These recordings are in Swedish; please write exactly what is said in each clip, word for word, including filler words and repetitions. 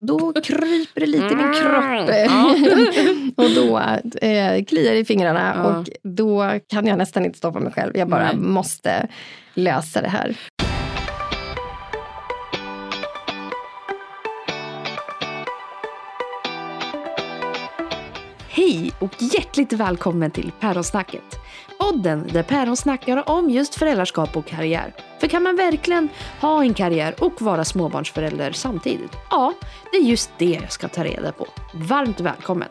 då kryper det lite i min kropp. Mm. Och då eh, kliar i fingrarna. Ja. Och då kan jag nästan inte stoppa mig själv. Jag bara Nej. måste lösa det här. Hej och hjärtligt välkommen till Päronsnacket. Podden där Päron snackar om just föräldraskap och karriär. För kan man verkligen ha en karriär och vara småbarnsförälder samtidigt? Ja, det är just det jag ska ta reda på. Varmt välkommen!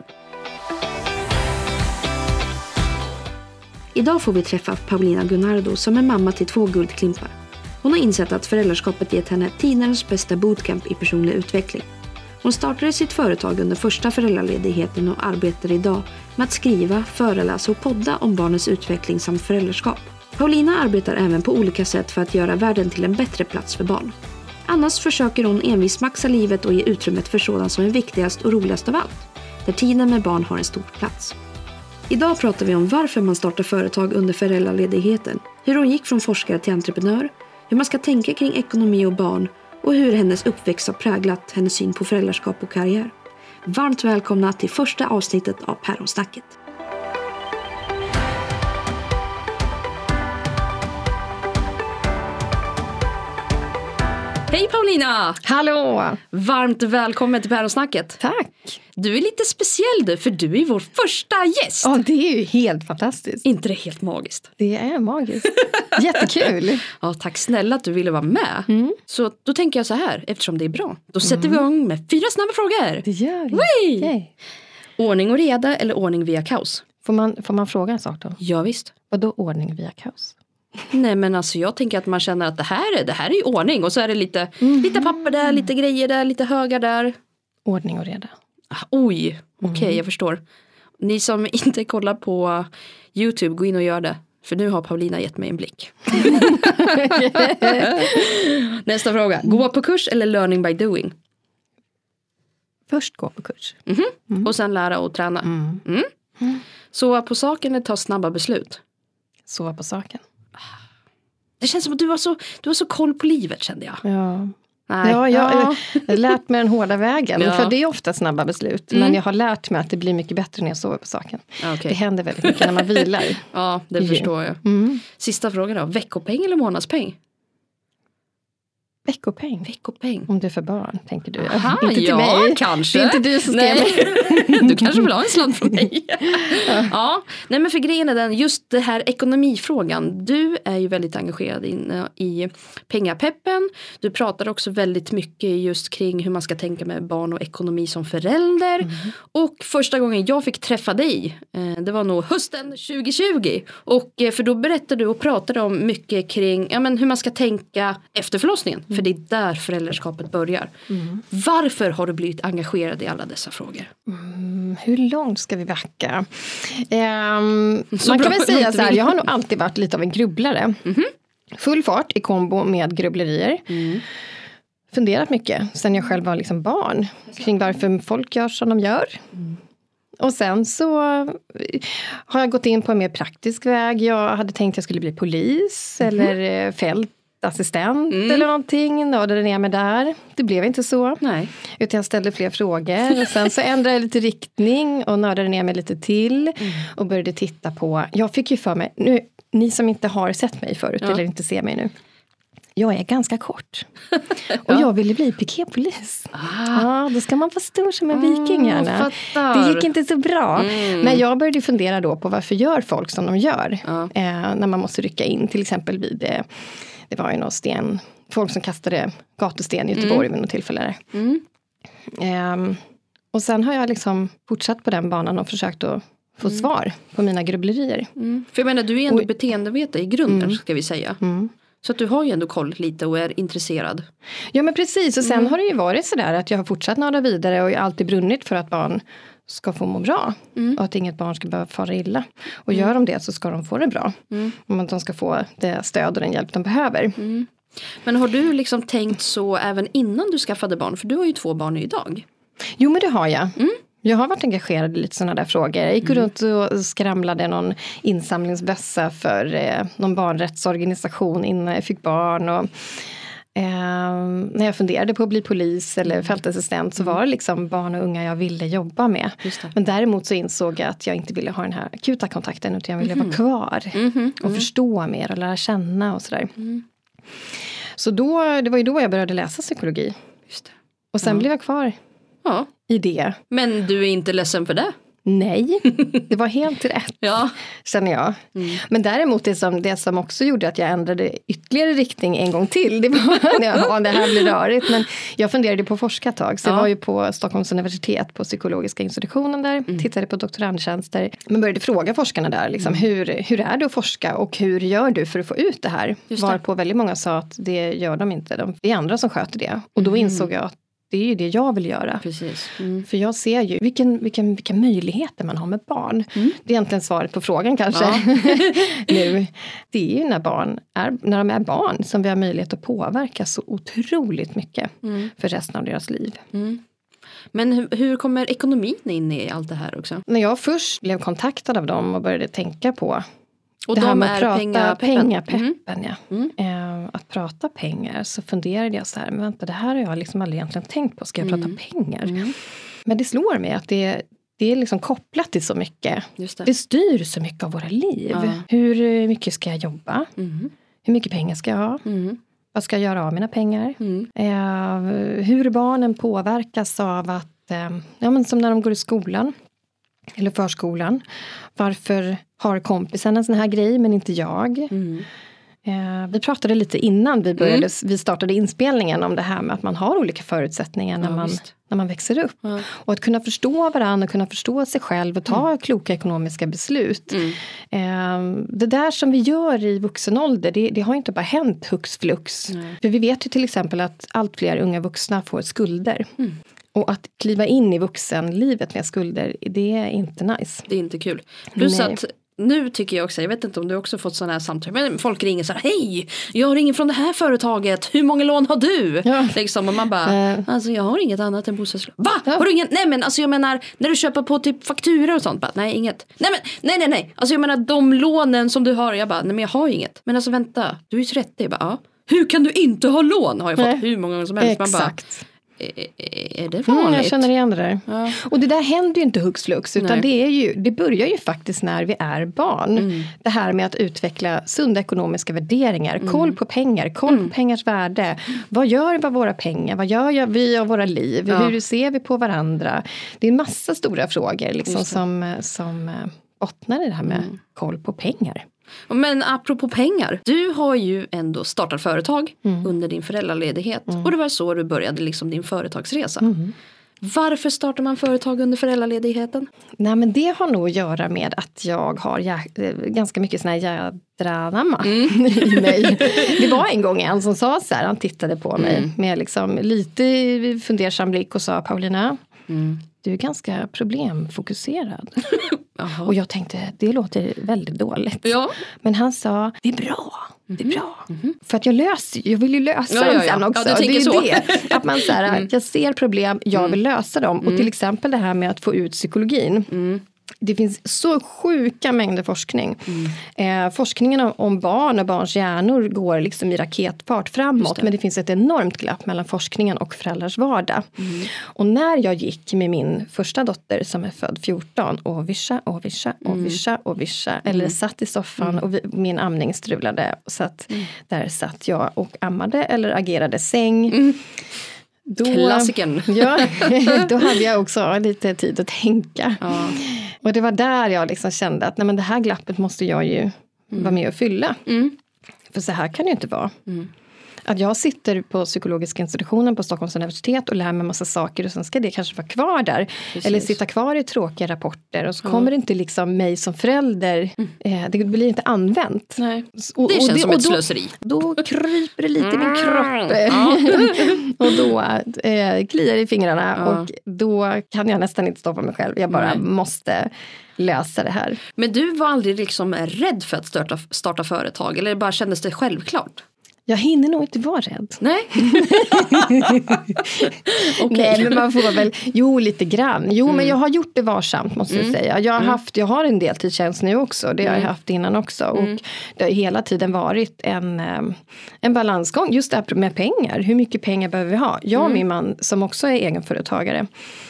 Idag får vi träffa Paulina Gunnardo som är mamma till två guldklimpar. Hon har insett att föräldraskapet gett henne tidernas bästa bootcamp i personlig utveckling. Hon startade sitt företag under första föräldraledigheten och arbetar idag med att skriva, föreläsa och podda om barnens utveckling samt föräldraskap. Paulina arbetar även på olika sätt för att göra världen till en bättre plats för barn. Annars försöker hon envis maxa livet och ge utrymmet för sådant som är viktigast och roligast av allt, där tiden med barn har en stor plats. Idag pratar vi om varför man startar företag under föräldraledigheten, hur hon gick från forskare till entreprenör, hur man ska tänka kring ekonomi och barn, och hur hennes uppväxt har präglat hennes syn på föräldraskap och karriär. Varmt välkomna till första avsnittet av Päronsnacket. Hej Paulina! Hallå! Varmt välkommen till Päronsnacket. Tack! Du är lite speciell du, för du är vår första gäst. Ja, det är ju helt fantastiskt. Inte det helt magiskt? Det är magiskt. Jättekul. Ja, tack snälla att du ville vara med. Mm. Så då tänker jag så här, eftersom det är bra. Då sätter mm. vi igång med fyra snabba frågor. Det gör vi. Okay. Ordning och reda eller ordning via kaos? Får man, får man fråga en sak då? Ja, visst. Och då ordning via kaos? Nej, men alltså jag tänker att man känner att det här är, det här är i ordning. Och så är det lite, mm. lite papper där, lite grejer där, lite högar där. Ordning och reda. Ah, oj, okej, okay, mm. jag förstår. Ni som inte kollar på YouTube, gå in och gör det. För nu har Paulina gett mig en blick. Nästa fråga. Gå på kurs eller learning by doing? Först gå på kurs. Mm-hmm. Mm. Och sen lära och träna. Mm. Mm. Mm. Sova på saken eller ta snabba beslut? Sova på saken. Det känns som att du har så, du har så koll på livet, kände jag. Ja. Nej. Ja, jag har ja. lärt mig den hårda vägen. Ja. För det är ofta snabba beslut. Mm. Men jag har lärt mig att det blir mycket bättre när jag sover på saken. Okay. Det händer väldigt mycket när man vilar. Ja, det förstår jag. Mm. Sista frågan då. Veckopeng eller månadspeng? Veckopeng. Veckopeng. Om du är för barn, tänker du. Aha, inte till ja, mig. Kanske. Det är inte du som ska Nej. Du kanske vill ha en slant från mig. ja. ja. Nej, men för grejen är den, just det här ekonomifrågan. Du är ju väldigt engagerad in i pengapeppen. Du pratar också väldigt mycket just kring hur man ska tänka med barn och ekonomi som förälder. Mm. Och första gången jag fick träffa dig, det var nog hösten tjugo tjugo. Och för då berättade du och pratade om mycket kring ja, men hur man ska tänka efter förlossningen. Mm. För det är där föräldraskapet börjar. Mm. Varför har du blivit engagerad i alla dessa frågor? Mm, hur långt ska vi backa? Um, man kan väl säga så här, jag har nog alltid varit lite av en grubblare. Mm-hmm. Full fart i kombo med grubblerier. Mm. Funderat mycket sen jag själv var liksom barn. Kring varför folk gör som de gör. Mm. Och sen så har jag gått in på en mer praktisk väg. Jag hade tänkt att jag skulle bli polis. Mm-hmm. Eller fält. assistent mm. eller någonting, nördade ner mig där. Det blev inte så. Nej. Utan jag ställde fler frågor. Och sen så ändrade jag lite riktning och nördade ner mig lite till. Mm. Och började titta på, jag fick ju för mig, nu, ni som inte har sett mig förut ja. eller inte ser mig nu. Jag är ganska kort. Och ja. jag ville bli piképolis. Ah. Ja, då ska man vara stor som en viking gärna. Mm, det gick inte så bra. Mm. Men jag började fundera då på varför gör folk som de gör. Ja. Eh, när man måste rycka in till exempel vid eh, det var ju någon sten, folk som kastade gatusten i Göteborg mm. vid något tillfälle. Mm. Um, och sen har jag liksom fortsatt på den banan och försökt att få mm. svar på mina grubblerier. Mm. För jag menar, du är ändå och, beteendevetare i grunden mm. ska vi säga. Mm. Så att du har ju ändå koll lite och är intresserad. Ja men precis, och sen mm. har det ju varit sådär att jag har fortsatt nörda vidare och jag har alltid brunnit för att barn ska få må bra. Mm. Och att inget barn ska behöva fara illa. Och mm. gör de det så ska de få det bra. Mm. Om att de ska få det stöd och den hjälp de behöver. Mm. Men har du liksom tänkt så även innan du skaffade barn? För du har ju två barn idag. Jo men det har jag. Mm. Jag har varit engagerad i lite sådana där frågor. Jag gick mm. runt och skramlade någon insamlingsbössa för eh, någon barnrättsorganisation innan jag fick barn. Och Eh, när jag funderade på att bli polis eller fältassistent så var det liksom barn och unga jag ville jobba med. Men däremot så insåg jag att jag inte ville ha den här akuta kontakten utan jag ville mm. vara kvar mm-hmm. och mm. förstå mer och lära känna och sådär. Mm. Så då, det var ju då jag började läsa psykologi. Just det. Och sen ja. blev jag kvar ja. i det. Men du är inte ledsen för det? Nej, det var helt rätt, ja. känner jag. Mm. Men däremot det som, det som också gjorde att jag ändrade ytterligare riktning en gång till, det var ja, det här blir rörigt. Men jag funderade på forska ett tag, så ja. jag var ju på Stockholms universitet på psykologiska institutionen där, mm. tittade på doktorandtjänster. Men började fråga forskarna där, liksom, mm. hur, hur är det att forska och hur gör du för att få ut det här? Just det. Varpå väldigt många sa att det gör de inte, de, det är andra som sköter det. Och då mm. insåg jag att det är ju det jag vill göra. Precis. Mm. För jag ser ju vilken, vilken, vilka möjligheter man har med barn. Mm. Det är egentligen svaret på frågan kanske. Ja. nu. Det är ju när, barn är, när de är barn som vi har möjlighet att påverka så otroligt mycket mm. för resten av deras liv. Mm. Men hur, hur kommer ekonomin in i allt det här också? När jag först blev kontaktad av dem och började tänka på och det de här med är att prata pengapeppen. pengapeppen, Mm. ja. Mm. Eh, att prata pengar, så funderade jag så här, men vänta, det här har jag liksom aldrig egentligen tänkt på, ska jag Mm. prata pengar? Mm. Men det slår mig att det, det är liksom kopplat till så mycket. Just det. det styr så mycket av våra liv. Ja. Hur mycket ska jag jobba? Mm. Hur mycket pengar ska jag ha? Mm. Vad ska jag göra av mina pengar? Mm. Eh, hur barnen påverkas av att, eh, ja men som när de går i skolan. Eller förskolan. Varför har kompisen en sån här grej men inte jag? Mm. Eh, vi pratade lite innan vi började, mm. vi startade inspelningen om det här med att man har olika förutsättningar när, ja, man, när man växer upp. Ja. Och att kunna förstå varandra och kunna förstå sig själv och ta mm. kloka ekonomiska beslut. Mm. Eh, det där som vi gör i vuxen ålder, det, det har inte bara hänt hux flux. Mm. För vi vet ju till exempel att allt fler unga vuxna får skulder. Mm. Och att kliva in i vuxenlivet med skulder, det är inte nice. Det är inte kul. Plus Nej. att nu tycker jag också, jag vet inte om du också fått sådana här samtal, men folk ringer så här, hej, jag ringer från det här företaget, hur många lån har du? Ja. Liksom, och man bara, uh. alltså jag har inget annat än bostadslån. Va? Ja. Har du inget? Nej men alltså jag menar, när du köper på typ fakturor och sånt, bara, nej inget. Nej men, nej nej nej, alltså jag menar de lånen som du har, jag bara, nej men jag har inget. Men alltså vänta, du är ju trettio, jag bara, ja. Hur kan du inte ha lån? Har jag fått Nej. hur många gånger som helst. Exakt. Man bara, är det vanligt? Mm, jag känner igen det där. Ja. Och det där händer ju inte hux flux, utan det, är ju, det börjar ju faktiskt när vi är barn. Mm. Det här med att utveckla sunda ekonomiska värderingar, mm. koll på pengar, koll mm. på pengars värde. Mm. Vad gör vi av våra pengar? Vad gör vi av våra liv? Ja. Hur ser vi på varandra? Det är en massa stora frågor liksom, som, som bottnar i det här med mm. koll på pengar. Men apropå pengar, du har ju ändå startat företag mm. under din föräldraledighet. Mm. Och det var så du började liksom din företagsresa. Mm. Varför startar man företag under föräldraledigheten? Nej men det har nog att göra med att jag har jä- ganska mycket sån här jädranamma mm. i mig. Det var en gång en som sa så här, han tittade på mig mm. med liksom lite fundersam blick och sa, Paulina, mm. du är ganska problemfokuserad. Och jag tänkte, det låter väldigt dåligt. Ja. Men han sa, det är bra. Det är bra. Mm-hmm. För att jag löser, jag vill ju lösa ja, dem ja, ja. sen också. Ja, det är så. Det. Att man så här, mm. jag ser problem, jag vill lösa dem. Mm. Och till exempel det här med att få ut psykologin. Mm. Det finns så sjuka mängder forskning. Mm. Eh, forskningen om, om barn och barns hjärnor går liksom i raketfart framåt. Det. Men det finns ett enormt glapp mellan forskningen och föräldrars vardag. Mm. Och när jag gick med min första dotter som är född fjorton och vischa och vischa och mm. vischa och vischa. Mm. Eller satt i soffan mm. och vi, min amning strulade. Så att mm. där satt jag och ammade eller agerade säng. Mm. Då, Klassiken. Ja, då hade jag också lite tid att tänka. Ja. Och det var där jag liksom kände att nej, men det här glappet måste jag ju mm. vara med och fylla. Mm. För så här kan det ju inte vara. Mm. Att jag sitter på psykologiska institutionen på Stockholms universitet och lär mig massa saker och sen ska det kanske vara kvar där. Precis. Eller sitta kvar i tråkiga rapporter och så mm. kommer det inte liksom mig som förälder, mm. eh, det blir inte använt. Nej. Och, det känns och det, som ett då, slöseri. Då kryper det lite i min kropp. Mm. och då eh, kliar i fingrarna mm. och då kan jag nästan inte stoppa mig själv. Jag bara mm. måste lösa det här. Men du var aldrig liksom rädd för att starta, starta företag eller bara kändes det självklart? Jag hinner nog inte vara rädd. Nej. Okay. Nej, men man får väl, jo lite grann. Jo, mm. men jag har gjort det varsamt måste mm. jag säga. Jag har, mm. haft, jag har en deltidstjänst nu också. Det har mm. jag haft innan också. Mm. Och det har hela tiden varit en, en balansgång. Just det här med pengar. Hur mycket pengar behöver vi ha? Jag och mm. min man som också är egenföretagare.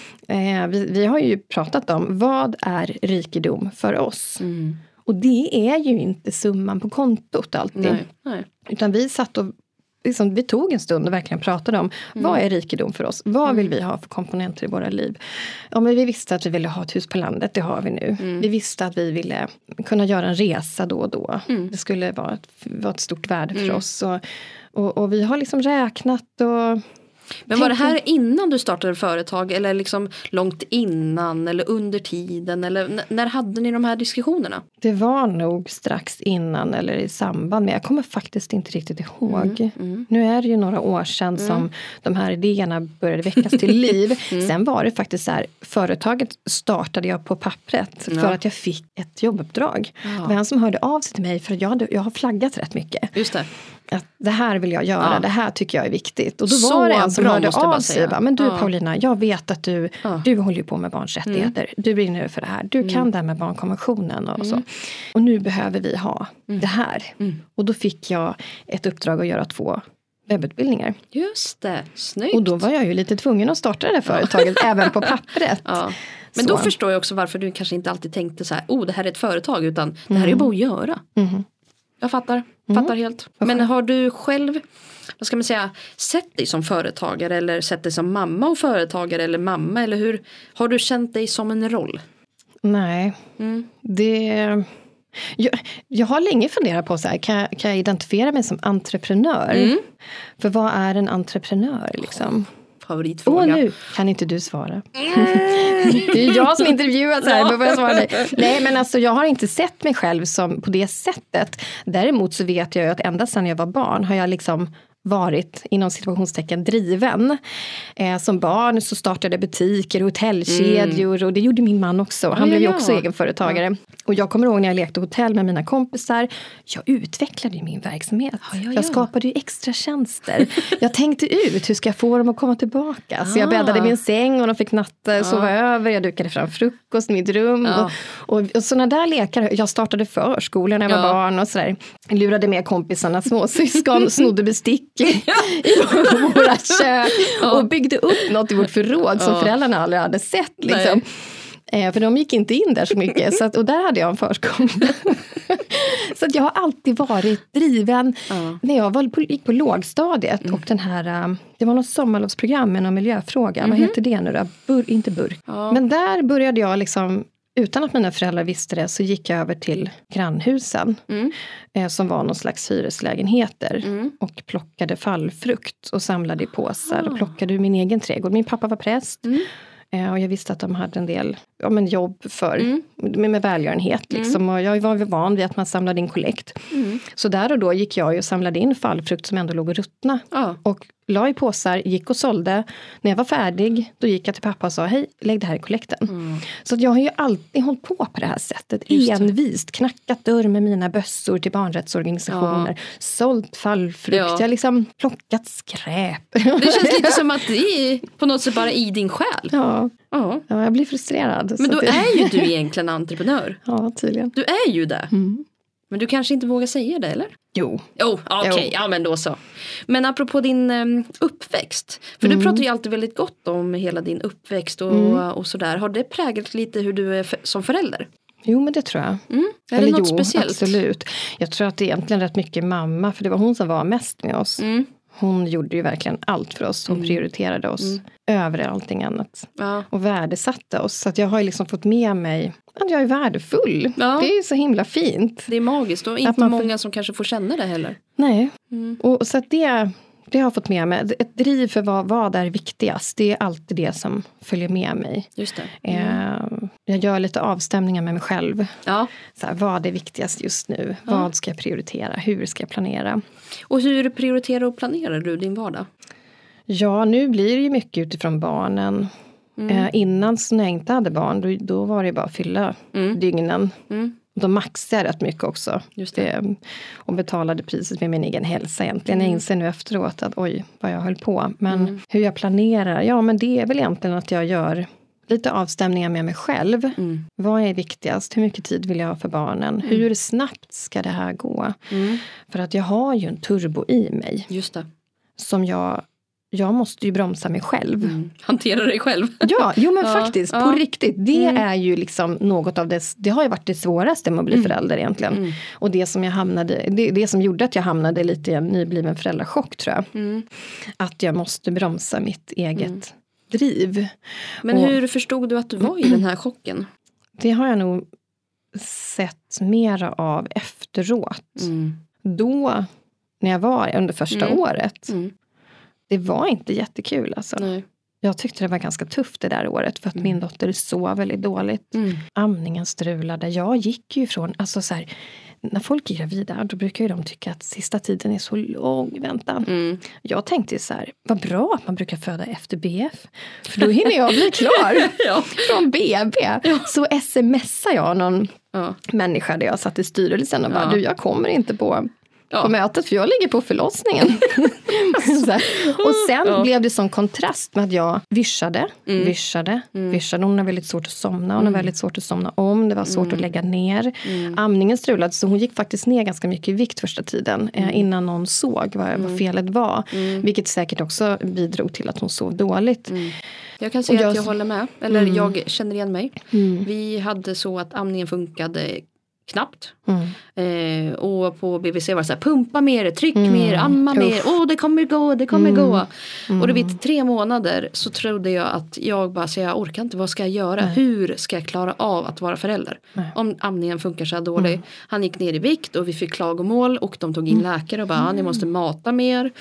Eh, vi, vi har ju pratat om vad är rikedom för oss? Mm. Och det är ju inte summan på kontot alltid. Nej, nej. Utan vi satt och liksom, vi tog en stund och verkligen pratade om mm. vad är rikedom för oss? Vad vill vi ha för komponenter i våra liv? Ja, men vi visste att vi ville ha ett hus på landet, det har vi nu. Mm. Vi visste att vi ville kunna göra en resa då och då. Mm. Det skulle vara ett, vara ett stort värde för mm. oss. Och, och, och vi har liksom räknat och... Men var det här innan du startade företag eller liksom långt innan eller under tiden eller n- när hade ni de här diskussionerna? Det var nog strax innan eller i samband med, jag kommer faktiskt inte riktigt ihåg. Mm, mm. Nu är det ju några år sedan mm. som de här idéerna började väckas till liv. Mm. Sen var det faktiskt så här, företaget startade jag på pappret ja. för att jag fick ett jobbuppdrag. Ja. Det var han som hörde av sig till mig för att jag, hade, jag har flaggat rätt mycket. Just det. Att det här vill jag göra, ja. det här tycker jag är viktigt. Och då så var det en som bra, hörde av sig. Bara, men du ja. Paulina, jag vet att du, ja. du håller ju på med barns rättigheter. Mm. Du brinner för det här. Du mm. kan det här med barnkonventionen och mm. så. Och nu behöver vi ha mm. det här. Mm. Och då fick jag ett uppdrag att göra två webbutbildningar. Just det, snyggt. Och då var jag ju lite tvungen att starta det här företaget, ja. även på pappret. Ja. Men så. Då förstår jag också varför du kanske inte alltid tänkte så här, oh det här är ett företag, utan det här mm. är bara att göra. Mm. Jag fattar, fattar mm. helt. Men har du själv, vad ska man säga, sett dig som företagare eller sett dig som mamma och företagare eller mamma eller hur? Har du känt dig som en roll? Nej, mm. det... Jag, jag har länge funderat på så här, kan, kan jag identifiera mig som entreprenör? Mm. För vad är en entreprenör liksom? Favoritfråga. Åh, nu kan inte du svara. Mm. Det är jag som intervjuar så här, men får jag svara dig? Nej, men alltså jag har inte sett mig själv som på det sättet. Däremot så vet jag ju att ända sedan jag var barn har jag liksom varit inom situationstecken driven. Eh, som barn så startade butiker, hotellkedjor mm. och det gjorde min man också. Han ja, blev ju också ja. egenföretagare. Ja. Och jag kommer ihåg när jag lekte hotell med mina kompisar. Jag utvecklade ju min verksamhet. Ja, ja, ja. Jag skapade ju extra tjänster. Jag tänkte ut hur ska jag få dem att komma tillbaka. Så jag bäddade min säng och de fick natta, ja. sova över. Jag dukade fram frukost i mitt rum. Ja. Och, och, och sådana där lekar. Jag startade förskolan när jag var ja. barn och sådär. Lurade med kompisarna, småsyskon, snodde bestick i våra kök ja. och byggde upp något i vårt förråd som ja. föräldrarna aldrig hade sett liksom. Eh, för de gick inte in där så mycket så att, och där hade jag en förskola. Så att jag har alltid varit driven ja. när jag var på, gick på lågstadiet mm. och den här, det var något sommarlovsprogram med någon miljöfråga, mm-hmm. vad heter det nu då? Bur, inte burk. Ja. Men där började jag liksom, utan att mina föräldrar visste det, så gick jag över till grannhusen. Mm. Eh, som var någon slags hyreslägenheter. Mm. Och plockade fallfrukt och samlade i påsar. Ah. Och plockade ur min egen trädgård. Min pappa var präst. Mm. Eh, och jag visste att de hade en del ja, men jobb för, mm. med, med välgörenhet. Liksom. Mm. Och jag var van vid att man samlade in kollekt. Mm. Så där och då gick jag och samlade in fallfrukt som ändå låg och ruttna. Ah. Och la i påsar, gick och sålde. När jag var färdig, då gick jag till pappa och sa, hej, lägg det här i kollekten. Mm. Så att jag har ju alltid hållit på på det här sättet. Envist, knackat dörr med mina bössor till barnrättsorganisationer. Ja. Sålt fallfrukt, ja. jag har liksom plockat skräp. Det känns lite som att det är på något sätt bara i din själ. Ja, ja. ja jag blir frustrerad. Men då det... är ju du egentligen entreprenör. Ja, tydligen. Du är ju det. Mm. Men du kanske inte vågar säga det, eller? Jo. Jo, okej. Okay. Ja, men då så. Men apropå din um, uppväxt. För mm. du pratar ju alltid väldigt gott om hela din uppväxt och, mm. och sådär. Har det präglat lite hur du är f- som förälder? Jo, men det tror jag. Mm. Är Eller det något jo, speciellt? Absolut. Jag tror att det är egentligen rätt mycket mamma. För det var hon som var mest med oss. Mm. Hon gjorde ju verkligen allt för oss. Hon mm. prioriterade oss mm. över allting annat. Ja. Och värdesatte oss. Så att jag har ju liksom fått med mig att jag är värdefull. Ja. Det är ju så himla fint. Det är magiskt. Och inte många får... som kanske får känna det heller. Nej. Mm. Och så att det, det har jag fått med mig. Ett driv för vad, vad är viktigast. Det är alltid det som följer med mig. Just det. Mm. Eh, jag gör lite avstämningar med mig själv. Ja. Så här, vad är viktigast just nu? Ja. Vad ska jag prioritera? Hur ska jag planera? Och hur prioriterar och planerar du din vardag? Ja, nu blir det ju mycket utifrån barnen. Mm. Eh, innan så när jag inte hade barn, då, då var det bara att fylla mm. dygnen. Mm. då maxade jag rätt mycket också. Just det. Och betalade priset med min egen hälsa egentligen. Mm. Jag inser nu efteråt att oj, vad jag höll på. Men mm. hur jag planerar, ja men det är väl egentligen att jag gör lite avstämningar med mig själv. Mm. Vad är viktigast? Hur mycket tid vill jag ha för barnen? Mm. Hur snabbt ska det här gå? Mm. För att jag har ju en turbo i mig. Just det. Som jag... Jag måste ju bromsa mig själv. Mm. Hantera dig själv. Ja, jo men ja, faktiskt. Ja. På riktigt. Det mm. är ju liksom något av det. Det har ju varit det svåraste med att bli mm. förälder egentligen. Mm. Och det som jag hamnade. Det, det som gjorde att jag hamnade lite i en nybliven föräldrachock tror jag. Mm. Att jag måste bromsa mitt eget mm. driv. Men och, hur förstod du att du var i den här chocken? Det har jag nog sett mera av efteråt. Mm. Då, när jag var under första mm. året. Mm. Det var inte jättekul alltså. Nej. Jag tyckte det var ganska tufft det där året. För att mm. min dotter sov väldigt dåligt. Mm. Amningen strulade. Jag gick ju ifrån, alltså så här, när folk är gravida då brukar ju de tycka att sista tiden är så lång väntan. Mm. Jag tänkte så här, vad bra att man brukar föda efter B F. För då hinner jag bli klar ja. Från B B. Ja. Så smsar jag någon ja. Människa där jag satt i styrelsen och bara, ja. Du jag kommer inte på... Ja. På mötet för jag ligger på förlossningen. så och sen ja. Blev det sån kontrast med att jag vyschade, mm. vyschade, mm. vyschade. Hon har väldigt svårt att somna. Hon har väldigt svårt att somna om. Det var svårt mm. att lägga ner. Mm. Amningen strulade så hon gick faktiskt ner ganska mycket i vikt första tiden. Mm. Eh, innan någon såg vad, mm. vad felet var. Mm. Vilket säkert också bidrog till att hon sov dåligt. Mm. Jag kan säga jag, att jag håller med. Eller mm. jag känner igen mig. Mm. Vi hade så att amningen funkade knappt. Mm. Eh, och på B V C var det så här, pumpa mer, tryck mm. mer, amma Uff. mer. Åh, oh, det kommer gå, det kommer mm. gå. Mm. Och då vid tre månader så trodde jag att jag bara, så jag orkar inte, vad ska jag göra? Nej. Hur ska jag klara av att vara förälder? Nej. Om amningen funkar så här dåligt. Mm. Han gick ner i vikt och vi fick klagomål och de tog in läkare och bara, mm. ni måste mata mer.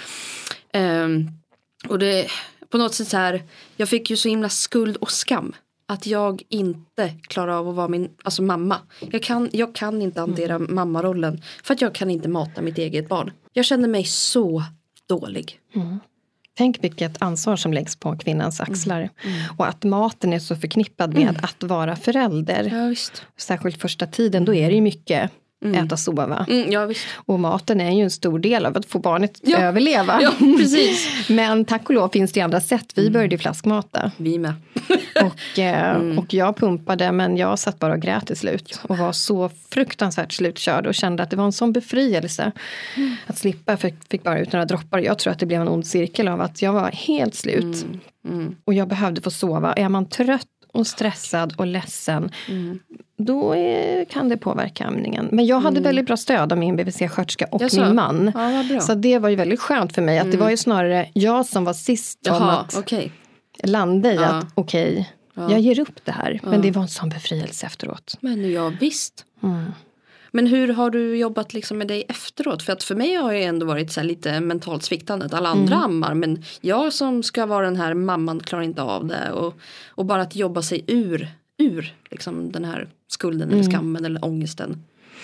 Um, och det, på något sätt så här, jag fick ju så himla skuld och skam. Att jag inte klarar av att vara min alltså mamma. Jag kan, jag kan inte hantera mm. mammarollen. För att jag kan inte mata mitt eget barn. Jag känner mig så dålig. Mm. Tänk vilket ansvar som läggs på kvinnans axlar. Mm. Mm. Och att maten är så förknippad med mm. att vara förälder. Ja, visst. Särskilt första tiden, då är det ju mycket... Mm. Äta sova. Mm, ja, visst. Och maten är ju en stor del av att få barnet ja. Överleva. Ja, precis. Men tack och lov finns det andra sätt. Vi mm. började flaskmata. Vi med. och, eh, mm. och jag pumpade men jag satt bara och grät till slut. Och var så fruktansvärt slutkörd. Och kände att det var en sån befrielse. Mm. Att slippa. För jag fick bara ut några droppar. Jag tror att det blev en ond cirkel av att jag var helt slut. Mm. Mm. Och jag behövde få sova. Är man trött och stressad och ledsen mm. då är, kan det påverka amningen. Men jag hade mm. väldigt bra stöd av min B V C-sköterska och jag min man. Ja, så det var ju väldigt skönt för mig. Att mm. det var ju snarare jag som var sist Jaha, om att okay. landa i ja. Att okej, okay, ja. jag ger upp det här. Ja. Men det var en sån befrielse efteråt. Men ja, visst. Mm. Men hur har du jobbat liksom med dig efteråt? För att för mig har det ändå varit så här lite mentalt sviktande. Att alla andra mm. ammar. Men jag som ska vara den här mamman klarar inte av det. Och, och bara att jobba sig ur, ur liksom den här skulden mm. eller skammen eller ångesten.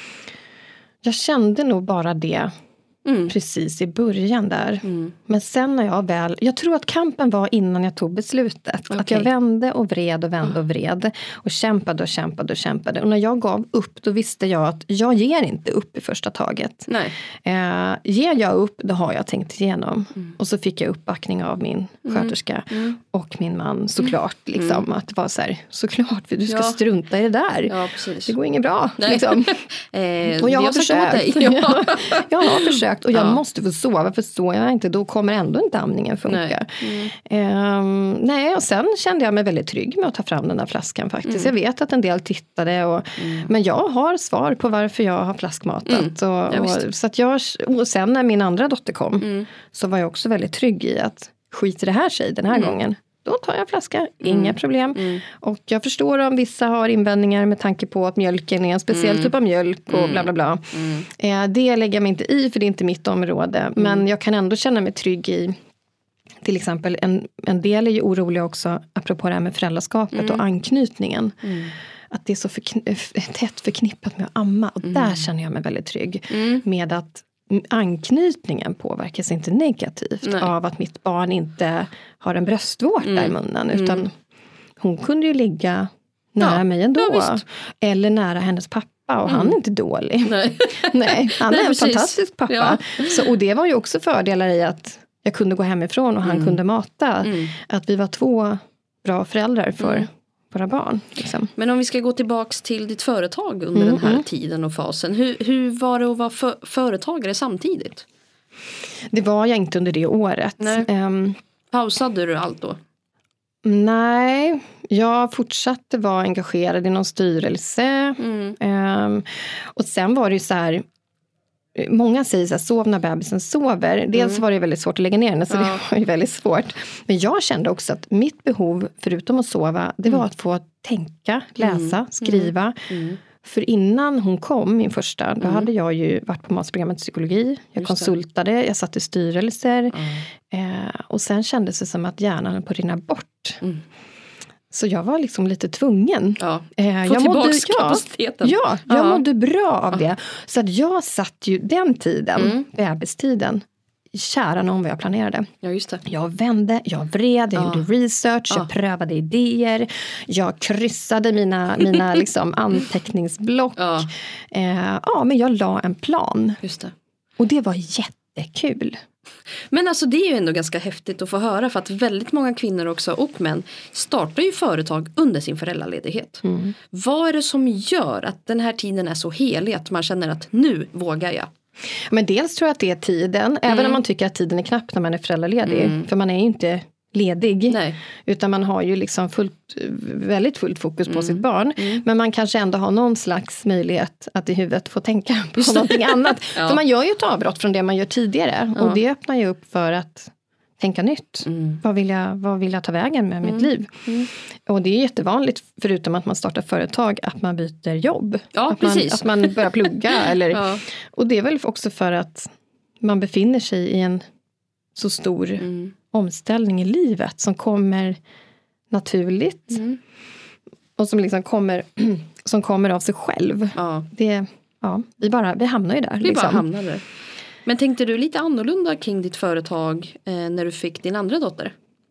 Jag kände nog bara det. Mm. Precis i början där. Mm. Men sen när jag väl... Jag tror att kampen var innan jag tog beslutet. Okay. Att jag vände och vred och vände och vred. Och kämpade och kämpade och kämpade. Och när jag gav upp då visste jag att jag ger inte upp i första taget. Nej. Eh, ger jag upp då har jag tänkt igenom. Mm. Och så fick jag uppbackning av min sköterska. Mm. Mm. Och min man såklart. Liksom, mm. Att det var så här, såklart för du ska ja. strunta i det där. Ja, precis. Det går inget bra. Liksom. eh, och jag har försökt. ja. jag har försökt. Och jag ja. måste få sova för så jag inte, då kommer ändå inte amningen funka. Nej. Mm. Um, nej, och sen kände jag mig väldigt trygg med att ta fram den där flaskan faktiskt. Mm. Jag vet att en del tittade, och, mm. men jag har svar på varför jag har flaskmatat. Mm. Och, och, så att jag, och sen när min andra dotter kom mm. så var jag också väldigt trygg i att skiter det här sig den här mm. gången. Då tar jag flaska, inga mm. problem. Mm. Och jag förstår om vissa har invändningar med tanke på att mjölken är en speciell mm. typ av mjölk och mm. bla bla bla. Mm. Eh, det lägger jag mig inte i för det är inte mitt område. Mm. Men jag kan ändå känna mig trygg i, till exempel en, en del är ju orolig också apropå det här med föräldraskapet mm. och anknytningen. Mm. Att det är så förkn- tätt förknippat med att amma. Och mm. där känner jag mig väldigt trygg mm. med att anknytningen påverkas inte negativt Nej. Av att mitt barn inte har en bröstvårta mm. i munnen, utan mm. hon kunde ju ligga nära ja. mig ändå. Ja, eller nära hennes pappa pappa och mm. han är inte dålig. Nej, Nej han Nej, är en precis. fantastisk pappa. Ja. Så, och det var ju också fördelar i att jag kunde gå hemifrån och han mm. kunde mata. Mm. Att vi var två bra föräldrar för mm. våra barn. Liksom. Men om vi ska gå tillbaks till ditt företag under mm. den här tiden och fasen. Hur, hur var det att vara för, företagare samtidigt? Det var jag inte under det året. Um, Pausade du allt då? Nej, jag fortsatte vara engagerad i någon styrelse. Mm. Um, och sen var det ju så här, många säger så här, sov när bebisen sover. Dels mm. var det väldigt svårt att lägga ner henne, så ja. det var ju väldigt svårt. Men jag kände också att mitt behov, förutom att sova, det var mm. att få tänka, läsa, mm. skriva. Mm. För innan hon kom, min första, då mm. hade jag ju varit på masterprogrammet psykologi. Jag Just konsultade, det. jag satt i styrelser. Mm. Eh, och sen kändes det som att hjärnan höll på att rinna bort. Mm. Så jag var liksom lite tvungen. Ja. Eh, Få jag mådde, ja, kapaciteten. Ja, jag ja. mådde bra av det. Så att jag satt ju den tiden, mm. bebistiden, kära någon vad jag planerade. Ja, just det. Jag vände, jag vred, jag ja. gjorde research, ja. jag prövade idéer. Jag kryssade mina, mina liksom anteckningsblock. Ja. Eh, ja, men jag la en plan. Just det. Och det var jättekul. Men alltså det är ju ändå ganska häftigt att få höra, för att väldigt många kvinnor också och män startar ju företag under sin föräldraledighet. Mm. Vad är det som gör att den här tiden är så helig att man känner att nu vågar jag? Men dels tror jag att det är tiden, mm. även om man tycker att tiden är knapp när man är föräldraledig. Mm. För man är ju inte ledig. Nej. Utan man har ju liksom fullt, väldigt fullt fokus på mm. sitt barn. Mm. Men man kanske ändå har någon slags möjlighet att i huvudet få tänka på någonting annat. Ja. För man gör ju ett avbrott från det man gör tidigare. Ja. Och det öppnar ju upp för att tänka nytt. Mm. Vad, vill jag, vad vill jag ta vägen med mm. mitt liv? Mm. Och det är jättevanligt, förutom att man startar företag, att man byter jobb. Ja, att, precis. Man, att man börjar plugga. eller, ja. Och det är väl också för att man befinner sig i en så stor mm. omställning i livet som kommer naturligt. Mm. Och som liksom kommer, som kommer av sig själv. Ja. Det, ja, vi, bara, vi hamnar ju där. Vi liksom. bara hamnar där. Men tänkte du lite annorlunda kring ditt företag eh, när du fick din andra dotter?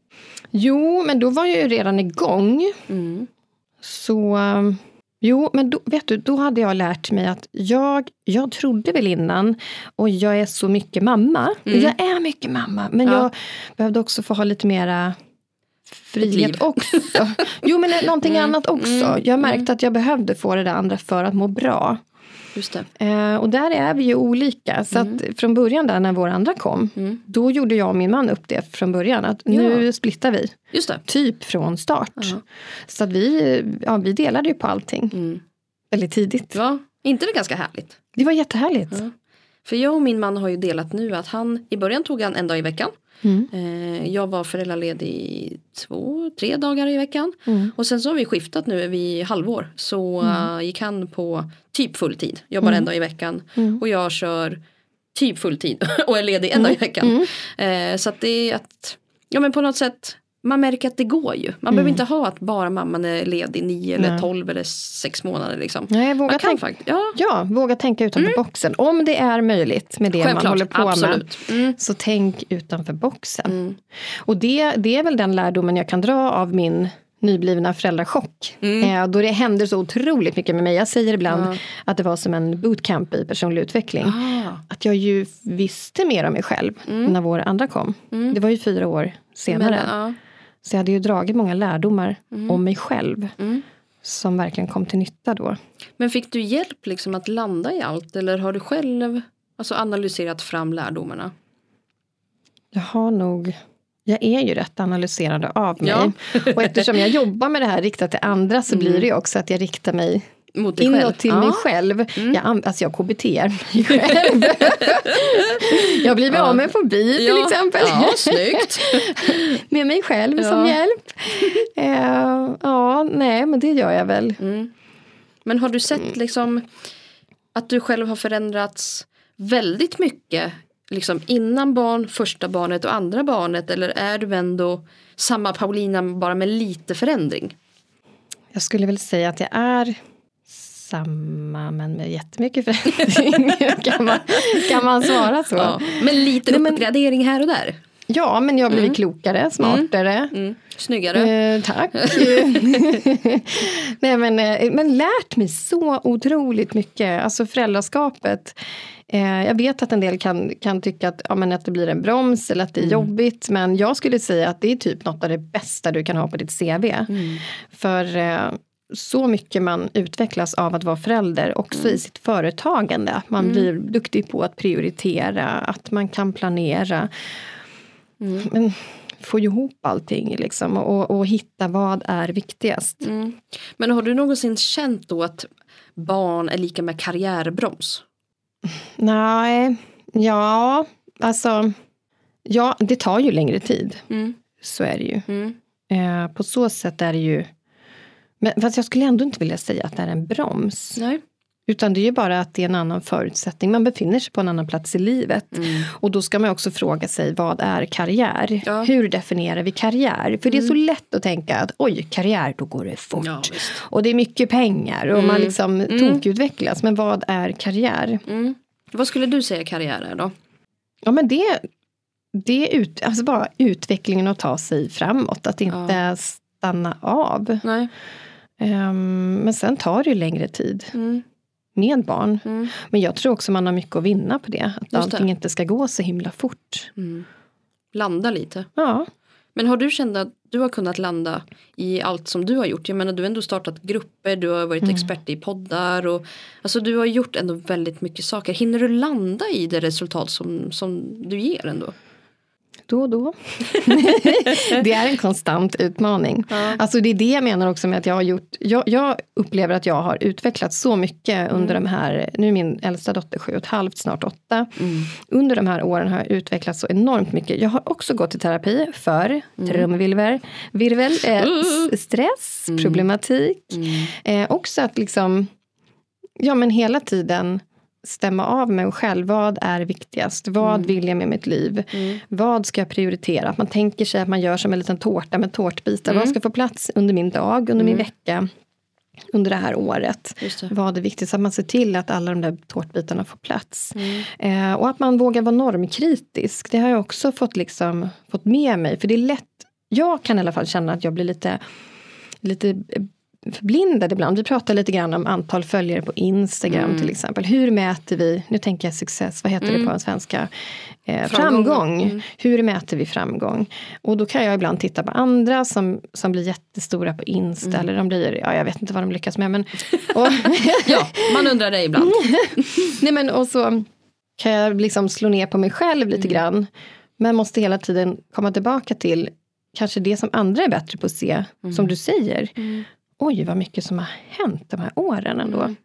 Jo, men då var jag ju redan igång. Mm. Så, jo, men då, vet du, då hade jag lärt mig att jag, jag trodde väl innan, och jag är så mycket mamma. Mm. Jag är mycket mamma, men ja. jag behövde också få ha lite mera frihet också. Jo, men någonting mm. annat också. Mm. Jag märkte mm. att jag behövde få det där andra för att må bra. Just det. Eh, och där är vi ju olika. Så mm. att från början där när vår andra kom, mm. då gjorde jag och min man upp det från början. Att nu ja. splittar vi. Just det. Typ från start. Uh-huh. Så att vi, ja, vi delade ju på allting. Mm. Väldigt tidigt. Ja, inte det ganska härligt? Det var jättehärligt. Ja. För jag och min man har ju delat nu att han, i början tog han en dag i veckan. Mm. Eh, jag var föräldraledig i två, tre dagar i veckan. Mm. Och sen så har vi skiftat nu vid halvår. Så mm. uh, gick han på typ fulltid. Jobbar mm. en dag i veckan. Mm. Och jag kör typ fulltid. Och är ledig en mm. dag i veckan. Mm. Eh, så att det är att, ja men på något sätt, man märker att det går ju. Man mm. behöver inte ha att bara mamman är ledig nio eller tolv eller sex månader liksom. Nej, våga, tänk- fakt- ja. Ja, våga tänka utanför mm. boxen. Om det är möjligt med det Självklart, man håller på absolut. med. Mm. Så tänk utanför boxen. Mm. Och det, det är väl den lärdomen jag kan dra av min nyblivna föräldrachock. Mm. Eh, då det händer så otroligt mycket med mig. Jag säger ibland ja. att det var som en bootcamp i personlig utveckling. Ah. Att jag ju visste mer om mig själv mm. när vår andra kom. Mm. Det var ju fyra år senare. Men, ja. Så jag hade ju dragit många lärdomar mm. om mig själv. Mm. Som verkligen kom till nytta då. Men fick du hjälp liksom att landa i allt? Eller har du själv alltså, analyserat fram lärdomarna? Jag har nog... Jag är ju rätt analyserande av mig. Ja. Och eftersom jag jobbar med det här riktat till andra så mm. blir det ju också att jag riktar mig mot dig inåt själv. till ja. mig själv. Mm. Jag, alltså jag K B T-ar mig själv. Jag blir ja. av med fobi till ja. exempel. Ja, snyggt. Med mig själv ja. som hjälp. Uh, ja, nej, men det gör jag väl. Mm. Men har du sett liksom att du själv har förändrats väldigt mycket liksom innan barn, första barnet och andra barnet, eller är du ändå samma Paulina bara med lite förändring? Jag skulle väl säga att jag är samma men med jättemycket förändring. kan, man, kan man svara så? Ja, men lite uppgradering här och där? Ja, men jag har blivit mm. klokare, smartare. Mm. Mm. Snyggare. Eh, tack. Nej, men, men lärt mig så otroligt mycket. Alltså föräldraskapet. Eh, jag vet att en del kan, kan tycka att, ja, men att det blir en broms eller att det är mm. jobbigt. Men jag skulle säga att det är typ något av det bästa du kan ha på ditt C V. Mm. För eh, så mycket man utvecklas av att vara förälder. Också mm. i sitt företagande. Man mm. blir duktig på att prioritera. Att man kan planera. Mm. Men få ihop allting liksom, och, och hitta vad är viktigast. Mm. Men har du någonsin känt då att barn är lika med karriärbroms? Nej, ja, alltså ja, det tar ju längre tid. Mm. Så är det ju. Mm. Eh, på så sätt är det ju, men fast jag skulle ändå inte vilja säga att det är en broms. Nej. Utan det är ju bara att det är en annan förutsättning. Man befinner sig på en annan plats i livet. Mm. Och då ska man också fråga sig, vad är karriär? Ja. Hur definierar vi karriär? För mm. det är så lätt att tänka att oj, karriär, då går det fort. Ja, och det är mycket pengar och mm. man liksom mm. tokutvecklas. Men vad är karriär? Mm. Vad skulle du säga karriär är då? Ja, men det, det är ut, alltså bara utvecklingen att ta sig framåt. Att inte ja. stanna av. Nej. Um, men sen tar det ju längre tid. Mm. Med barn. Mm. Men jag tror också man har mycket att vinna på det. Att Just allting det. inte ska gå så himla fort. Mm. Landa lite. Ja. Men har du känt att du har kunnat landa i allt som du har gjort? Jag menar, du har ändå startat grupper. Du har varit mm. expert i poddar. Och, alltså du har gjort ändå väldigt mycket saker. Hinner du landa i det resultat som, som du ger ändå? Då och då. Det är en konstant utmaning. Ja. Alltså det är det jag menar också med att jag har gjort. Jag, jag upplever att jag har utvecklats så mycket mm. under de här. Nu är min äldsta dotter sju och ett halvt, snart åtta. Mm. Under de här åren har jag utvecklats så enormt mycket. Jag har också gått i terapi för mm. trumvirvel, virvel, eh, uh. stress, mm. problematik. Mm. Eh, också att liksom, ja men hela tiden stämma av mig själv. Vad är viktigast? Vad mm. vill jag med mitt liv? Mm. Vad ska jag prioritera? Att man tänker sig att man gör som en liten tårta med tårtbitar. Mm. Vad ska få plats under min dag, under mm. min vecka, under det här året? Det. Vad är viktigt? Att man ser till att alla de där tårtbitarna får plats. Mm. Eh, och att man vågar vara normkritisk. Det har jag också fått, liksom, fått med mig. För det är lätt, jag kan i alla fall känna att jag blir lite lite förblindad ibland. Vi pratar lite grann om antal följare på Instagram mm. till exempel. Hur mäter vi, nu tänker jag success, vad heter mm. det på en svenska? Eh, framgång. framgång. Mm. Hur mäter vi framgång? Och då kan jag ibland titta på andra som, som blir jättestora på Insta. Mm. Eller de blir, ja jag vet inte vad de lyckas med. Men, och, ja, man undrar det ibland. Nej men och så kan jag liksom slå ner på mig själv lite mm. grann. Men måste hela tiden komma tillbaka till kanske det som andra är bättre på att se. Mm. Som du säger. Mm. Oj, vad mycket som har hänt de här åren ändå. Mm.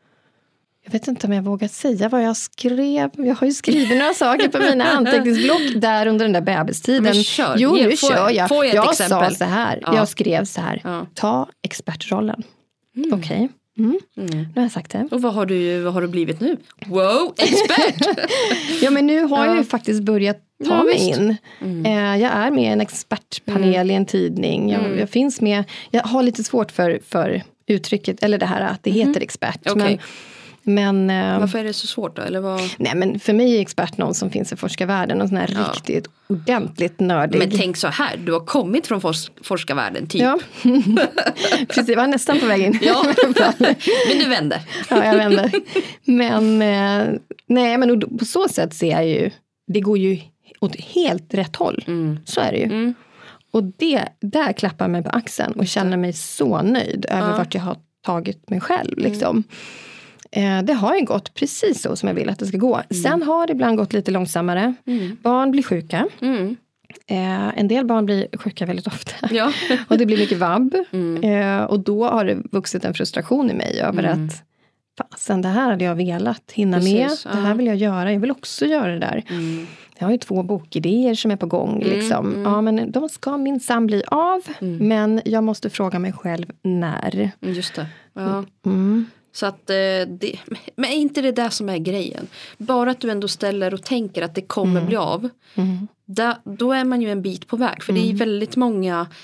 Jag vet inte om jag vågar säga vad jag skrev. Jag har ju skrivit några saker på mina anteckningsblock där under den där bebistiden. Men kör. Jo, nu får, kör jag. Får jag jag exempel? sa så här. Ja. Jag skrev så här. Ja. Ta expertrollen. Mm. Okej. Okay. Mm. Mm. Nu har jag sagt det. Och vad har du, vad har du blivit nu? Wow, expert! Ja, men nu har ja. jag ju faktiskt börjat ta ja, mig visst. in. Mm. Eh, jag är med i en expertpanel mm. i en tidning. Jag, mm. jag finns med. Jag har lite svårt för, för uttrycket, eller det här att det heter mm. expert. Okay. Men, men, eh, varför är det så svårt då? Eller vad? Nej, men för mig är expert någon som finns i forskarvärlden. Någon sån här ja. riktigt ordentligt nördig. Men tänk så här, du har kommit från fors- forskarvärlden typ. Ja, precis. Jag var nästan på väg in. Ja. Men du vände. Ja, jag vände. Men, eh, nej, men på så sätt ser jag ju, det går ju åt helt rätt håll. Mm. Så är det ju. Mm. Och det, där klappar mig på axeln och känner mig så nöjd över ja. vart jag har tagit mig själv. Liksom. Mm. Eh, det har ju gått precis så som jag vill att det ska gå. Mm. Sen har det ibland gått lite långsammare. Mm. Barn blir sjuka. Mm. Eh, en del barn blir sjuka väldigt ofta. Ja. Och det blir mycket vabb. Mm. Eh, och då har det vuxit en frustration i mig över mm. att fasen, det här hade jag velat hinna precis, med. Ja. Det här vill jag göra. Jag vill också göra det där. Mm. Jag har ju två bokidéer som är på gång. Mm, liksom. mm. Ja, men de ska minsann bli av. Mm. Men jag måste fråga mig själv när. Just det. Ja. Mm. Så att det, men är inte det där som är grejen? Bara att du ändå ställer och tänker att det kommer mm. bli av. Mm. Där, då är man ju en bit på väg. För mm. det är väldigt många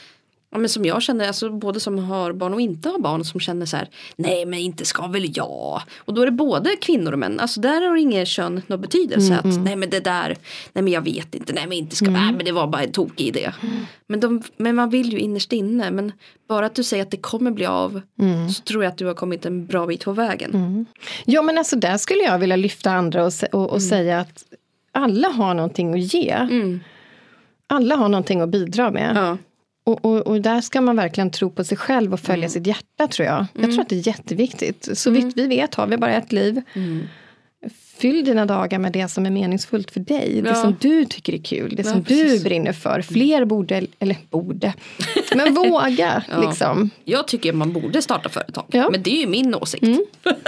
Ja, men som jag känner, alltså både som har barn och inte har barn, som känner så här, nej men inte ska väl jag. Och då är det både kvinnor och män, alltså där har ingen kön någon betydelse. Mm, att mm. nej men det där, nej men jag vet inte, nej men inte ska, mm. nej men det var bara en tokig idé. Mm. Men, de, men man vill ju innerst inne, men bara att du säger att det kommer bli av, mm. så tror jag att du har kommit en bra bit på vägen. Mm. Ja men alltså där skulle jag vilja lyfta andra och, och, och mm. säga att alla har någonting att ge. Mm. Alla har någonting att bidra med. Ja. Och, och, och där ska man verkligen tro på sig själv och följa mm. sitt hjärta, tror jag. Jag mm. tror att det är jätteviktigt. Så mm. vitt vi vet har vi bara ett liv. Mm. Fyll dina dagar med det som är meningsfullt för dig. Ja. Det som du tycker är kul. Det ja, som precis. Du brinner för. Fler borde, eller borde. Men våga, ja. Liksom. Jag tycker man borde starta företag. Ja. Men det är ju min åsikt. Mm.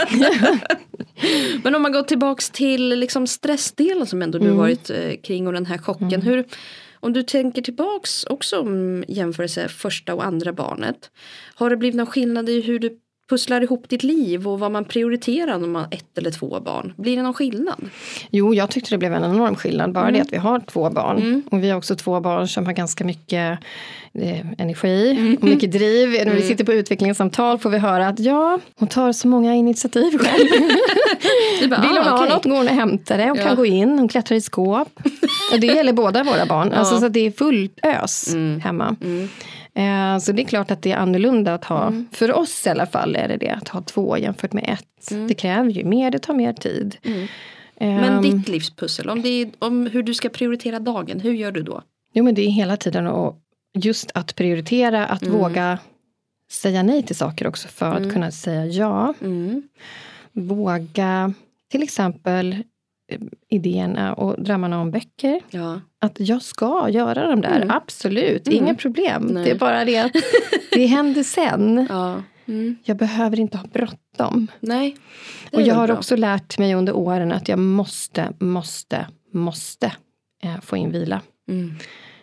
Men om man går tillbaks till liksom stressdelen som ändå du mm. varit eh, kring och den här chocken. Mm. Hur... Om du tänker tillbaks också om jämförelse första och andra barnet. Har det blivit någon skillnad i hur du pusslar ihop ditt liv och vad man prioriterar när man har ett eller två barn? Blir det någon skillnad? Jo, jag tyckte det blev en enorm skillnad. Bara mm. det att vi har två barn. Mm. Och vi har också två barn som har ganska mycket eh, energi mm. och mycket driv. Mm. När vi sitter på utvecklingssamtal får vi höra att ja, hon tar så många initiativ själv. Bara, Vill hon ah, ha okay. något går hon och hämtar det. Hon ja. kan gå in, hon klättrar i skåp. Och det gäller båda våra barn. Ja. Alltså så att det är fullt ös mm. hemma. Mm. Eh, så det är klart att det är annorlunda att ha, mm. för oss i alla fall är det det, att ha två jämfört med ett. Mm. Det kräver ju mer, det tar mer tid. Mm. Eh, men ditt livspussel, om, det är, om hur du ska prioritera dagen, hur gör du då? Jo men det är hela tiden att, just att prioritera, att mm. våga säga nej till saker också för mm. att kunna säga ja. Mm. Våga till exempel idéerna och drömmarna om böcker. Ja. Att jag ska göra de där. Mm. Absolut, mm. inga problem. Nej. Det är bara det att det händer sen. Ja. Mm. Jag behöver inte ha bråttom. Nej. Och jag har bra. också lärt mig under åren att jag måste, måste, måste eh, få in vila. Mm.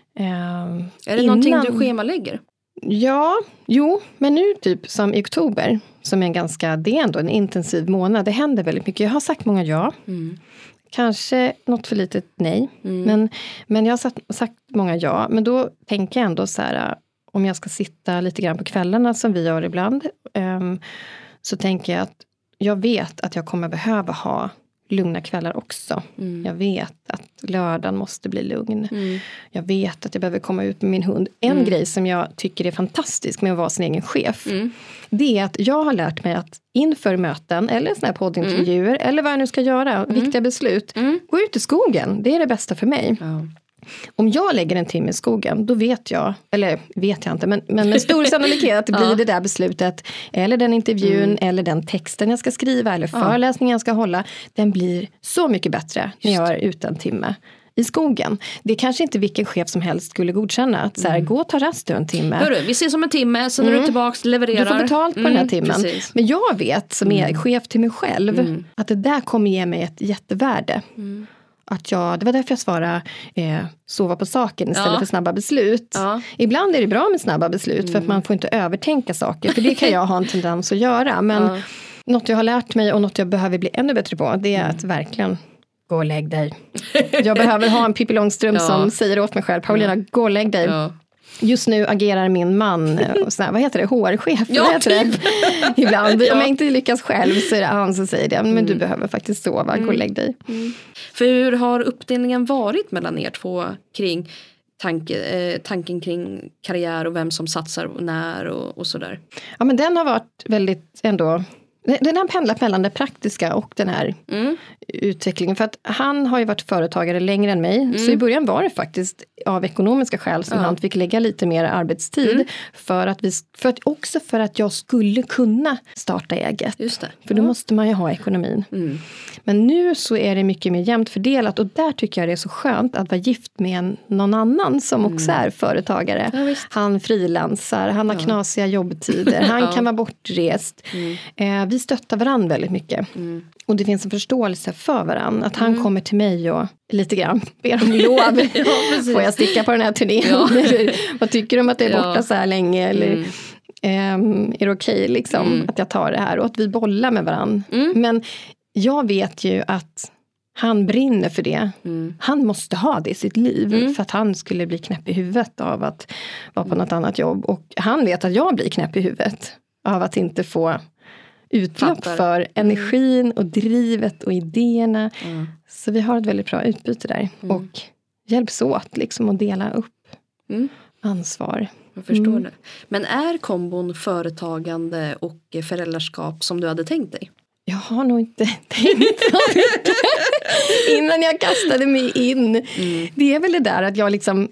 Eh, är det innan... någonting du schemalägger? Ja, jo, men nu typ som i oktober, som är en ganska, det är ändå en intensiv månad. Det händer väldigt mycket. Jag har sagt många ja. Mm. Kanske något för litet nej. Mm. Men, men jag har sagt, sagt många ja. Men då tänker jag ändå så här, om jag ska sitta lite grann på kvällarna som vi gör ibland. Um, så tänker jag att jag vet att jag kommer behöva ha lugna kvällar också. Mm. Jag vet att lördagen måste bli lugn. Mm. Jag vet att jag behöver komma ut med min hund. En mm. grej som jag tycker är fantastisk med att vara sin egen chef. Mm. Det är att jag har lärt mig att inför möten eller såna här poddintervjuer mm. eller vad jag nu ska göra, mm. viktiga beslut. Mm. Gå ut i skogen. Det är det bästa för mig. Ja. Om jag lägger en timme i skogen, då vet jag, eller vet jag inte, men, men med stor sannolikhet att det blir ja. det där beslutet, eller den intervjun, mm. eller den texten jag ska skriva, eller föreläsningen jag ska hålla, den blir så mycket bättre när jag är ute en timme i skogen. Det är kanske inte vilken chef som helst skulle godkänna. Att så här, mm. gå och ta rast en timme. Hörru, vi ses om en timme, sen är mm. du tillbaka, levererar. Du får betalt på mm, den här timmen. Precis. Men jag vet, som är mm. chef till mig själv, mm. att det där kommer ge mig ett jättevärde. Mm. Att jag, det var därför jag svarade eh, sova på saken istället ja. för snabba beslut. Ja. Ibland är det bra med snabba beslut mm. för att man får inte övertänka saker. För det kan jag ha en tendens att göra. Men ja. något jag har lärt mig och något jag behöver bli ännu bättre på, det är mm. att verkligen gå och lägg dig. Jag behöver ha en Pippi Långstrump ja. som säger åt mig själv, Paulina, ja. gå och lägg dig. Ja. Just nu agerar min man, och sådär, vad heter det, H R-chef, ja, vad heter det? Ibland, ja. om jag inte lyckas själv så är det han som säger det, men mm. du behöver faktiskt sova, mm. gå och lägg dig. Mm. För hur har uppdelningen varit mellan er två kring tanke, eh, tanken kring karriär och vem som satsar och när och, och sådär? Ja, men den har varit väldigt ändå... Den har pendlat mellan det praktiska och den här mm. utvecklingen. För att han har ju varit företagare längre än mig. Mm. Så i början var det faktiskt av ekonomiska skäl som ja. han fick lägga lite mer arbetstid. Mm. För att vi, för att, också för att jag skulle kunna starta eget. Just det. För då ja. måste man ju ha ekonomin. Mm. Men nu så är det mycket mer jämnt fördelat. Och där tycker jag det är så skönt att vara gift med en, någon annan som mm. också är företagare. Ja, han frilansar, han har ja. knasiga jobbtider. Han ja. kan vara bortrest. Mm. Eh, vi stöttar varandra väldigt mycket. Mm. Och det finns en förståelse för varandra. Att han mm. kommer till mig och lite grann ber om lov. ja, får jag sticka på den här turnén? Ja. Vad tycker du om att det är borta ja. så här länge? Eller mm. um, är det okej okay, liksom, mm. att jag tar det här? Och att vi bollar med varandra. Mm. Men jag vet ju att Han brinner för det. Mm. Han måste ha det i sitt liv. Mm. För att han skulle bli knäpp i huvudet av att vara på något annat jobb. Och han vet att jag blir knäpp i huvudet av att inte få utlopp Fattar. för energin och drivet och idéerna. Mm. Så vi har ett väldigt bra utbyte där. Mm. Och hjälps åt liksom att dela upp Mm. ansvar. Jag förstår Mm. det. Men är kombon företagande och föräldraskap som du hade tänkt dig? Jag har nog inte tänkt så mycket innan jag kastade mig in. Mm. Det är väl det där att jag liksom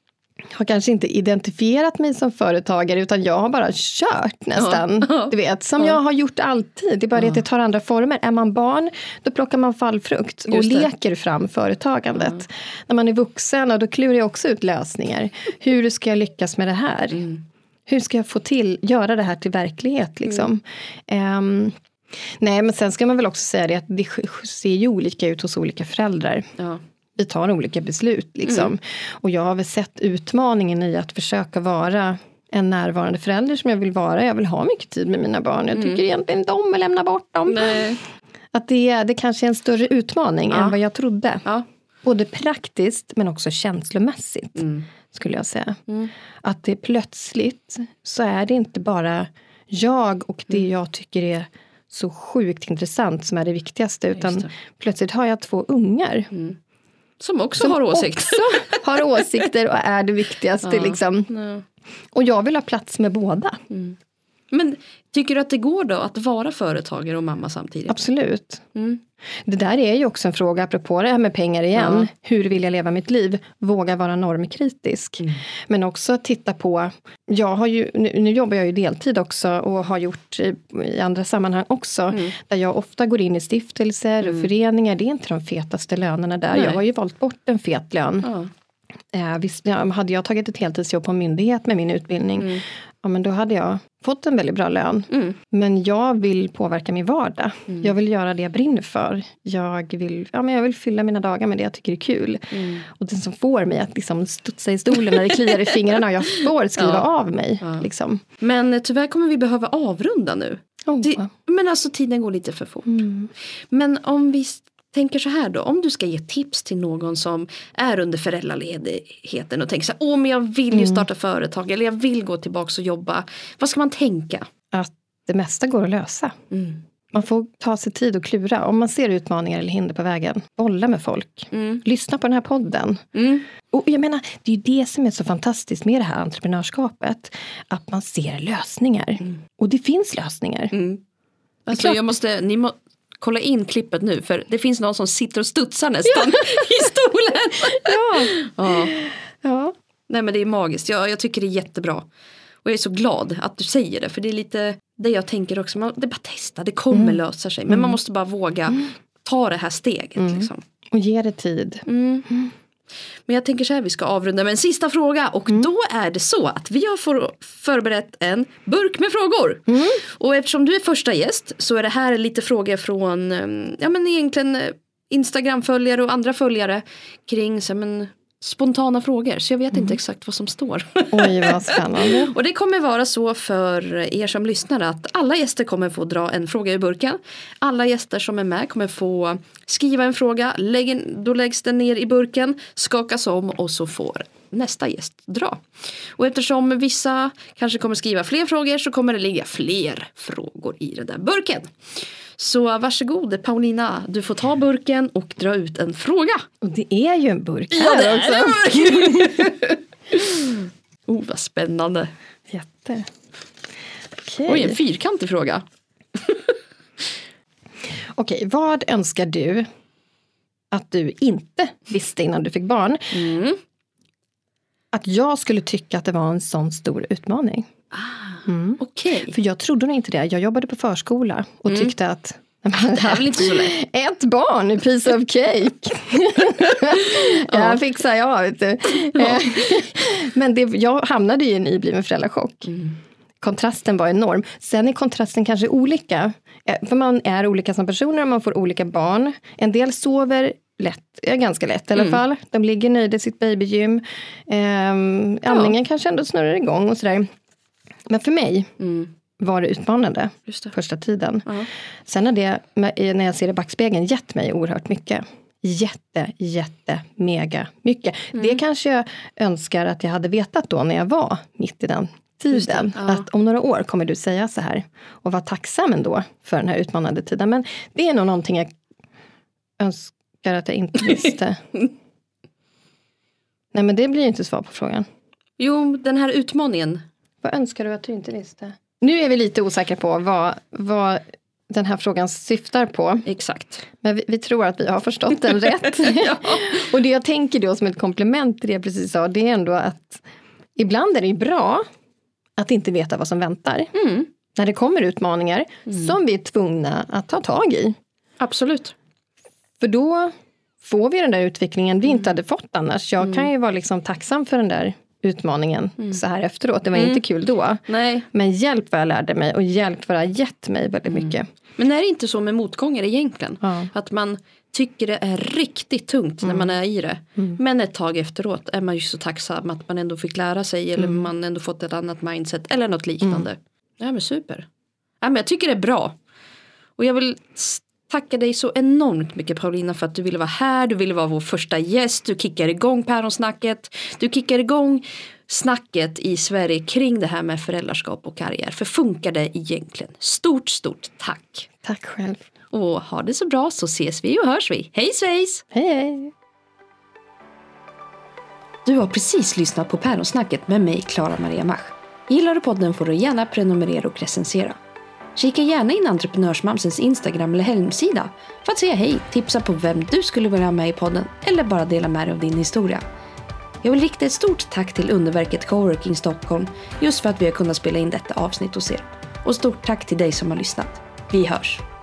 har kanske inte identifierat mig som företagare utan jag har bara kört nästan. Ja. Du vet, som Ja. jag har gjort alltid. Det är bara det att det tar andra former. Är man barn, då plockar man fallfrukt och Just det. leker fram företagandet. Ja. När man är vuxen, och då klurar jag också ut lösningar. Hur ska jag lyckas med det här? Mm. Hur ska jag få till, göra det här till verklighet liksom? Mm. Um, nej, men sen ska man väl också säga det att det ser ju olika ut hos olika föräldrar. Ja. Vi tar olika beslut liksom. Mm. Och jag har väl sett utmaningen i att försöka vara en närvarande förälder som jag vill vara. Jag vill ha mycket tid med mina barn. Jag tycker mm. egentligen inte om att lämna bort dem. Nej. Att det, det kanske är en större utmaning ja. än vad jag trodde. Ja. Både praktiskt men också känslomässigt mm. skulle jag säga. Mm. Att det plötsligt så är det inte bara jag och det mm. jag tycker är så sjukt intressant som är det viktigaste. Utan det. plötsligt har jag två ungar. Mm. Som också som har åsikter. Också har åsikter och är det viktigaste. Ja. Liksom. Ja. Och jag vill ha plats med båda. Mm. Men tycker du att det går då att vara företagare och mamma samtidigt? Absolut. Mm. Det där är ju också en fråga apropå det här med pengar igen. Ja. Hur vill jag leva mitt liv? Våga vara normkritisk. Mm. Men också titta på, jag har ju, nu, nu jobbar jag ju deltid också och har gjort i, i andra sammanhang också. Mm. Där jag ofta går in i stiftelser och mm. föreningar. Det är inte de fetaste lönerna där. Nej. Jag har ju valt bort en fet lön. Ja. Eh, visst, ja, hade jag tagit ett heltidsjobb på en myndighet med min utbildning. Mm. Ja, men då hade jag fått en väldigt bra lön. Mm. Men jag vill påverka min vardag. Mm. Jag vill göra det jag brinner för. Jag vill, ja, men jag vill fylla mina dagar med det jag tycker är kul. Mm. Och det som får mig att liksom studsa i stolen när det kliar i fingrarna och jag får skriva ja. av mig. Ja. Liksom. Men tyvärr kommer vi behöva avrunda nu. Oh. Det, men alltså tiden går lite för fort. Mm. Men om vi tänker så här då, om du ska ge tips till någon som är under föräldraledigheten och tänker så här, åh men jag vill ju starta mm. företag eller jag vill gå tillbaka och jobba. Vad ska man tänka? Att det mesta går att lösa. Mm. Man får ta sig tid och klura. Om man ser utmaningar eller hinder på vägen, bolla med folk. Mm. Lyssna på den här podden. Mm. Och jag menar, det är ju det som är så fantastiskt med det här entreprenörskapet. Att man ser lösningar. Mm. Och det finns lösningar. Mm. Alltså jag måste, ni må kolla in klippet nu, för det finns någon som sitter och studsar nästan ja. i stolen. ja. ja. ja. Nej men det är magiskt. Jag, jag tycker det är jättebra. Och jag är så glad att du säger det. För det är lite det jag tänker också. Man, det är bara testa, det kommer mm. lösa sig. Men mm. man måste bara våga mm. ta det här steget. Mm. Liksom. Och ge det tid. Mm. Mm. Men jag tänker så här, vi ska avrunda med en sista fråga. Och mm. då är det så att vi har för, förberett en burk med frågor. Mm. Och eftersom du är första gäst så är det här lite frågor från, ja men egentligen Instagram-följare och andra följare kring så, men, spontana frågor. Så jag vet mm. inte exakt vad som står. Oj, vad spännande. Och det kommer vara så för er som lyssnar att alla gäster kommer få dra en fråga i burken. Alla gäster som är med kommer få skriva en fråga. Lägg en, då läggs den ner i burken, skakas om och så får nästa gäst dra. Och eftersom vissa kanske kommer skriva fler frågor så kommer det ligga fler frågor i den där burken. Så varsågod Paulina, du får ta burken och dra ut en fråga. Och det är ju en burk här ja, det också. Är en burk. oh, vad spännande. Jätte. Okay. Oj, en fyrkantig fråga. Okej, okay, vad önskar du att du inte visste innan du fick barn? Mm. Att jag skulle tycka att det var en sån stor utmaning. Ah, mm. Okej. Okay. För jag trodde nog inte det. Jag jobbade på förskola och mm. tyckte att det är väl inte så lätt. Ett barn, piece of cake. jag fixar jag, vet du. Ja. Men det, jag hamnade i en nybliven föräldrachock. Mm. Kontrasten var enorm. Sen är kontrasten kanske olika. För man är olika som personer och man får olika barn. En del sover lätt, ganska lätt i alla mm. fall. De ligger nöjda i sitt babygym. Um, amningen ja. kanske ändå snurrar igång och sådär. Men för mig mm. var det utmanande det. första tiden. Uh-huh. Sen har det, när jag ser i backspegeln, gett mig oerhört mycket. jätte, jätte, mega mycket. Mm. Det kanske jag önskar att jag hade vetat då när jag var mitt i den tiden. Ja. Att om några år kommer du säga så här. Och vara tacksam ändå för den här utmanande tiden. Men det är nog någonting jag önskar att jag inte visste. Nej, men det blir ju inte svar på frågan. Jo, den här utmaningen. Vad önskar du att du inte visste? Nu är vi lite osäkra på vad, vad den här frågan syftar på. Exakt. Men vi, vi tror att vi har förstått den rätt. Ja. Och det jag tänker då som ett komplement till det jag precis sa, det är ändå att ibland är det bra att inte veta vad som väntar. Mm. När det kommer utmaningar mm. som vi är tvungna att ta tag i. Absolut. För då får vi den där utvecklingen vi mm. inte hade fått annars. Jag mm. kan ju vara liksom tacksam för den där utmaningen mm. så här efteråt. Det var mm. inte kul då. Nej. Men hjälp vad jag lärde mig och hjälp vad det har gett mig väldigt mm. mycket. Men är det inte så med motgångar egentligen? Ja. Att man tycker det är riktigt tungt mm. när man är i det. Mm. Men ett tag efteråt är man ju så tacksam att man ändå fick lära sig. Eller mm. man ändå fått ett annat mindset. Eller något liknande. Mm. Ja, men super. Ja, men jag tycker det är bra. Och jag vill tacka dig så enormt mycket, Paulina, för att du ville vara här. Du ville vara vår första gäst. Du kickar igång Päronsnacket. Du kickar igång snacket i Sverige kring det här med föräldraskap och karriär. För funkar det egentligen? Stort, stort tack. Tack själv. Och ha det så bra, så ses vi och hörs vi. Hej svejs! Hej hej! Du har precis lyssnat på Päronsnacket med mig, Clara Maria Mach. Gillar du podden får du gärna prenumerera och recensera. Kika gärna in Entreprenörsmamsens Instagram eller hemsida för att säga hej, tipsa på vem du skulle vilja ha med i podden eller bara dela med dig av din historia. Jag vill rikta ett stort tack till Underverket Coworking Stockholm just för att vi har kunnat spela in detta avsnitt hos er. Och stort tack till dig som har lyssnat. Vi hörs!